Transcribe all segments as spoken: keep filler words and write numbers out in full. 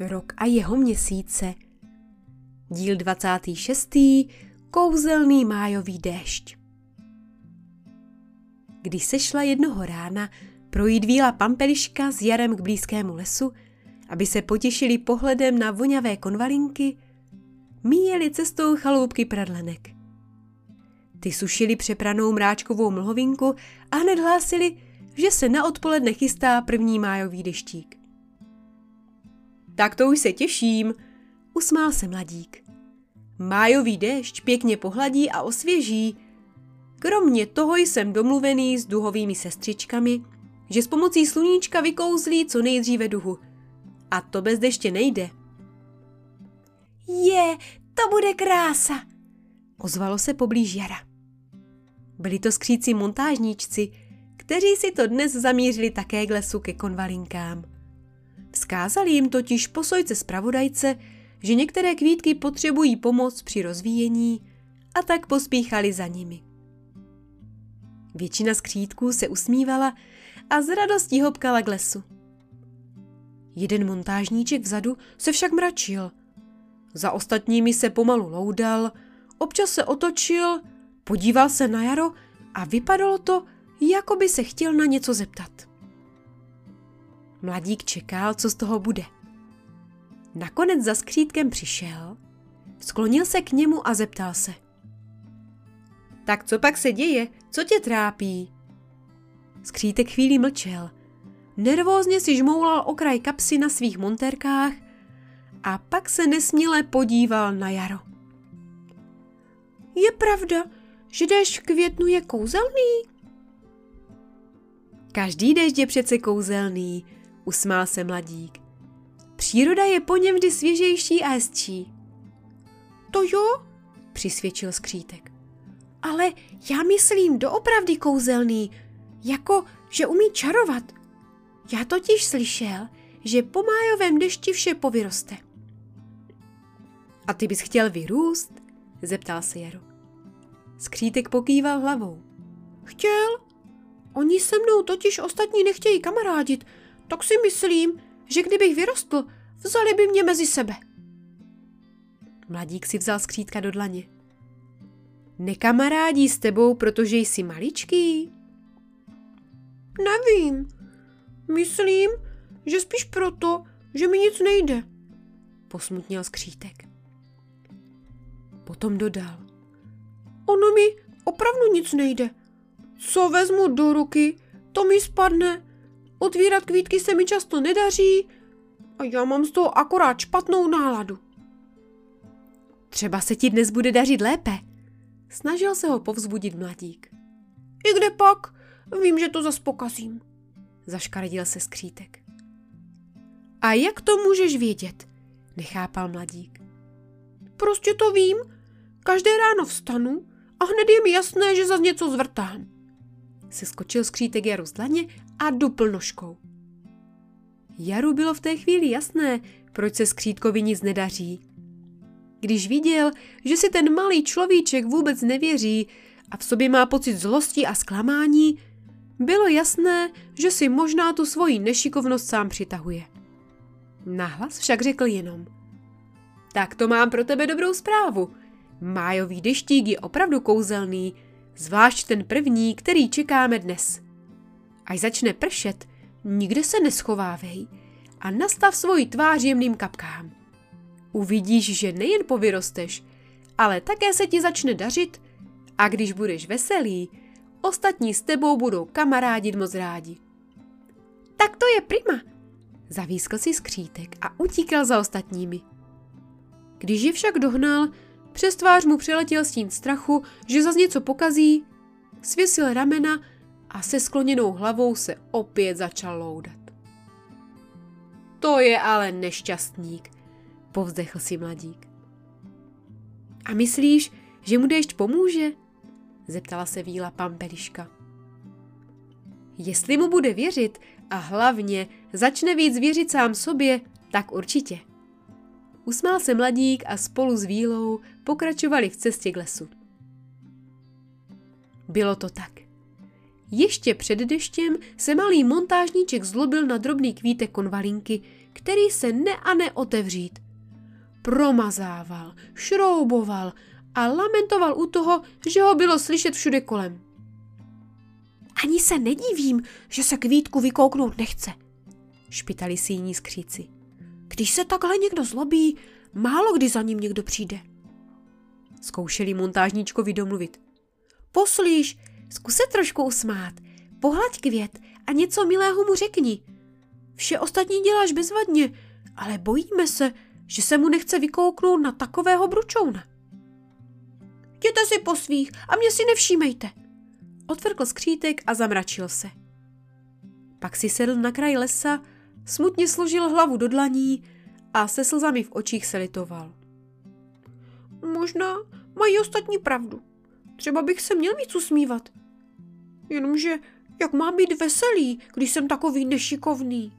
Rok a jeho měsíce. Díl dvacátý šestý. Kouzelný májový déšť. Když se šla jednoho rána projít víla Pampeliška s Jarem k blízkému lesu, aby se potěšili pohledem na voňavé konvalinky, míjeli cestou chaloupky pradlenek. Ty sušili přepranou mráčkovou mlhovinku a hned hlásili, že se na odpoledne chystá první májový deštík. Tak to už se těším, usmál se mladík. Májový déšť pěkně pohladí a osvěží. Kromě toho jsem domluvený s duhovými sestřičkami, že s pomocí sluníčka vykouzlí co nejdříve duhu. A to bez deště nejde. Je, to bude krása, ozvalo se poblíž Jara. Byli to skříci montážníčci, kteří si to dnes zamířili také k lesu ke konvalinkám. Vzkázali jim totiž posojce zpravodajce, že některé kvítky potřebují pomoc při rozvíjení, a tak pospíchali za nimi. Většina skřítků se usmívala a z radostí hopkala k lesu. Jeden montážníček vzadu se však mračil. Za ostatními se pomalu loudal, občas se otočil, podíval se na Jaro a vypadalo to, jako by se chtěl na něco zeptat. Mladík čekal, co z toho bude. Nakonec za skřítkem přišel, sklonil se k němu a zeptal se. Tak co pak se děje? Co tě trápí? Skřítek chvíli mlčel. Nervózně si žmoulal okraj kapsy na svých montérkách a pak se nesměle podíval na Jaro. Je pravda, že déšť v květnu je kouzelný? Každý déšť je přece kouzelný, usmál se mladík. Příroda je po něm vždy svěžejší a hezčí. To jo, přisvědčil skřítek. Ale já myslím doopravdy kouzelný, jako že umí čarovat. Já totiž slyšel, že po májovém dešti vše povyroste. A ty bys chtěl vyrůst? Zeptal se Jaro. Skřítek pokýval hlavou. Chtěl? Oni se mnou totiž ostatní nechtějí kamarádit, tak si myslím, že kdybych vyrostl, vzali by mě mezi sebe. Mladík si vzal skřítka do dlaně. Nekamarádí s tebou, protože jsi maličký? Nevím. Myslím, že spíš proto, že mi nic nejde, posmutněl skřítek. Potom dodal. Ono mi opravdu nic nejde. Co vezmu do ruky, to mi spadne. Otvírat kvítky se mi často nedaří a já mám z toho akorát špatnou náladu. Třeba se ti dnes bude dařit lépe. Snažil se ho povzbudit mladík. I kde pak? Vím, že to zas pokazím. Zaškaredil se skřítek. A jak to můžeš vědět? Nechápal mladík. Prostě to vím. Každé ráno vstanu a hned je mi jasné, že zas něco zvrtám. Se skočil skřítek Jaru z dlaně a dupl nožkou. Jaru bylo v té chvíli jasné, proč se skřítkovi nic nedaří. Když viděl, že si ten malý človíček vůbec nevěří a v sobě má pocit zlosti a zklamání, bylo jasné, že si možná tu svoji nešikovnost sám přitahuje. Nahlas však řekl jenom. Tak to mám pro tebe dobrou zprávu. Májový deštík je opravdu kouzelný, zvlášť ten první, který čekáme dnes. Až začne pršet, nikde se neschovávej a nastav svoji tvář jemným kapkám. Uvidíš, že nejen povyrosteš, ale také se ti začne dařit a když budeš veselý, ostatní s tebou budou kamarádit moc rádi. Tak to je prima, zavískl si skřítek a utíkal za ostatními. Když je však dohnal, přes tvář mu přeletěl stín strachu, že zas něco pokazí, svěsil ramena a se skloněnou hlavou se opět začal loudat. To je ale nešťastník, povzdechl si mladík. A myslíš, že mu déšť pomůže? Zeptala se víla Pampeliška. Jestli mu bude věřit a hlavně začne víc věřit sám sobě, tak určitě. Usmál se mladík a spolu s vílou pokračovali v cestě k lesu. Bylo to tak. Ještě před deštěm se malý montážníček zlobil na drobný kvítek konvalinky, který se ne a ne otevřít. Promazával, šrouboval a lamentoval u toho, že ho bylo slyšet všude kolem. Ani se nedivím, že se Kvítku vykouknout nechce, špitali si jiní skříci. Když se takhle někdo zlobí, málo kdy za ním někdo přijde. Zkoušeli montážníčkovi domluvit. Poslíš, zkus se trošku usmát, pohlaď Květ a něco milého mu řekni. Vše ostatní děláš bezvadně, ale bojíme se, že se mu nechce vykouknout na takového bručouna. Jděte si po svých a mě si nevšímejte, odvrkl skřítek a zamračil se. Pak si sedl na kraj lesa, smutně složil hlavu do dlaní a se slzami v očích se litoval. Možná mají ostatní pravdu. Třeba bych se měl víc usmívat. Jenomže jak mám být veselý, když jsem takový nešikovný?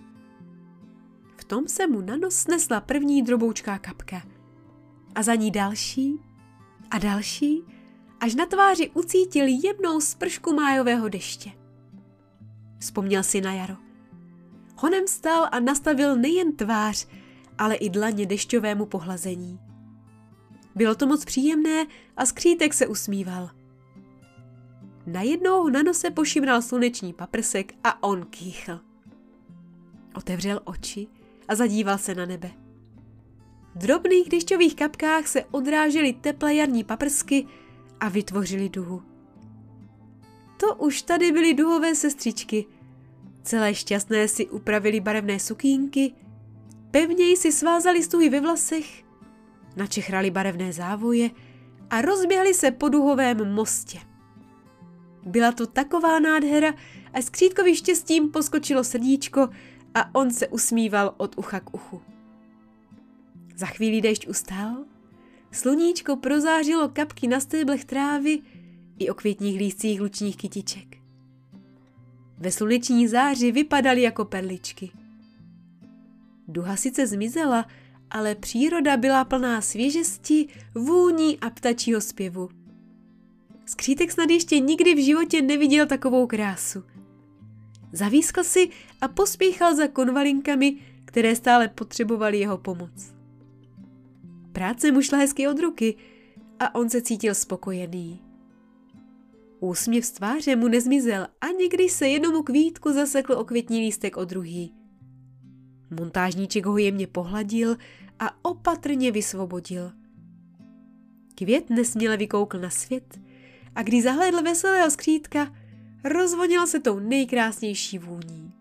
V tom se mu na nos snesla první droboučká kapka. A za ní další a další, až na tváři ucítil jemnou spršku májového deště. Vzpomněl si na jaro. Honem stál a nastavil nejen tvář, ale i dlaně dešťovému pohlazení. Bylo to moc příjemné a skřítek se usmíval. Najednou na nose pošimral sluneční paprsek a on kýchl. Otevřel oči a zadíval se na nebe. V drobných dešťových kapkách se odrážely teplé jarní paprsky a vytvořily duhu. To už tady byly duhové sestřičky. Celé šťastné si upravili barevné sukínky, pevněji si svázali stuhy ve vlasech, načechrali barevné závoje a rozběhli se po duhovém mostě. Byla to taková nádhera, až skřítkovi štěstím poskočilo srdíčko a on se usmíval od ucha k uchu. Za chvíli déšť ustál, sluníčko prozářilo kapky na stéblech trávy i o květních lístcích lučních kytiček. Ve sluneční záři vypadaly jako perličky. Duha sice zmizela, ale příroda byla plná svěžesti, vůní a ptačího zpěvu. Skřítek snad ještě nikdy v životě neviděl takovou krásu. Zavískl si a pospíchal za konvalinkami, které stále potřebovaly jeho pomoc. Práce mu šla hezky od ruky a on se cítil spokojený. Úsměv z tváře mu nezmizel, ani když se jednomu Kvítku zasekl o květní lístek o druhý. Montážníček ho jemně pohladil a opatrně vysvobodil. Květ nesměle vykoukl na svět a když zahlédl veselého skřítka, rozvonil se tou nejkrásnější vůní.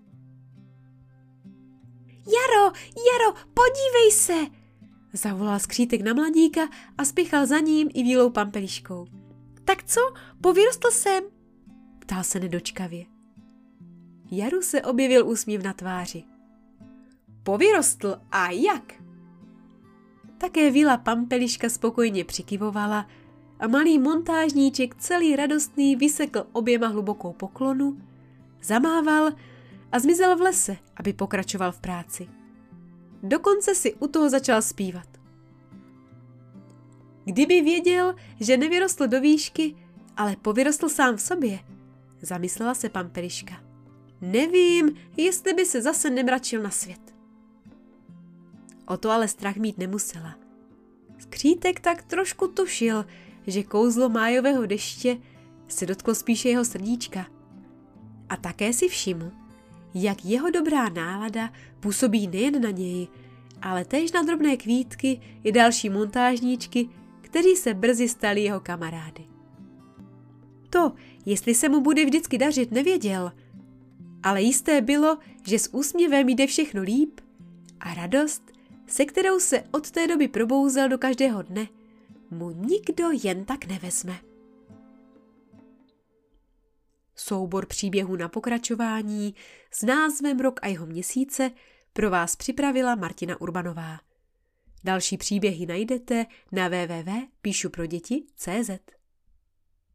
Jaro, Jaro, podívej se! Zavolal skřítek na mladíka a spěchal za ním i bílou pampeliškou. Tak co, povyrostl jsem? Ptal se nedočkavě. Jaru se objevil úsměv na tváři. Povyrostl a jak? Také víla pampeliška spokojně přikyvovala a malý montážníček celý radostný vysekl oběma hlubokou poklonu, zamával a zmizel v lese, aby pokračoval v práci. Dokonce si u toho začal zpívat. Kdyby věděl, že nevyrostl do výšky, ale povyrostl sám v sobě, zamyslela se pampeliška. Nevím, jestli by se zase nemračil na svět. O to ale strach mít nemusela. Skřítek tak trošku tušil, že kouzlo májového deště se dotklo spíše jeho srdíčka. A také si všiml, jak jeho dobrá nálada působí nejen na něj, ale též na drobné kvítky i další montážníčky, kteří se brzy stali jeho kamarády. To, jestli se mu bude vždycky dařit, nevěděl, ale jisté bylo, že s úsměvem jde všechno líp a radost, se kterou se od té doby probouzel do každého dne, mu nikdo jen tak nevezme. Soubor příběhů na pokračování s názvem Rok a jeho měsíce pro vás připravila Martina Urbanová. Další příběhy najdete na w w w tečka píšu pro děti tečka cé zet.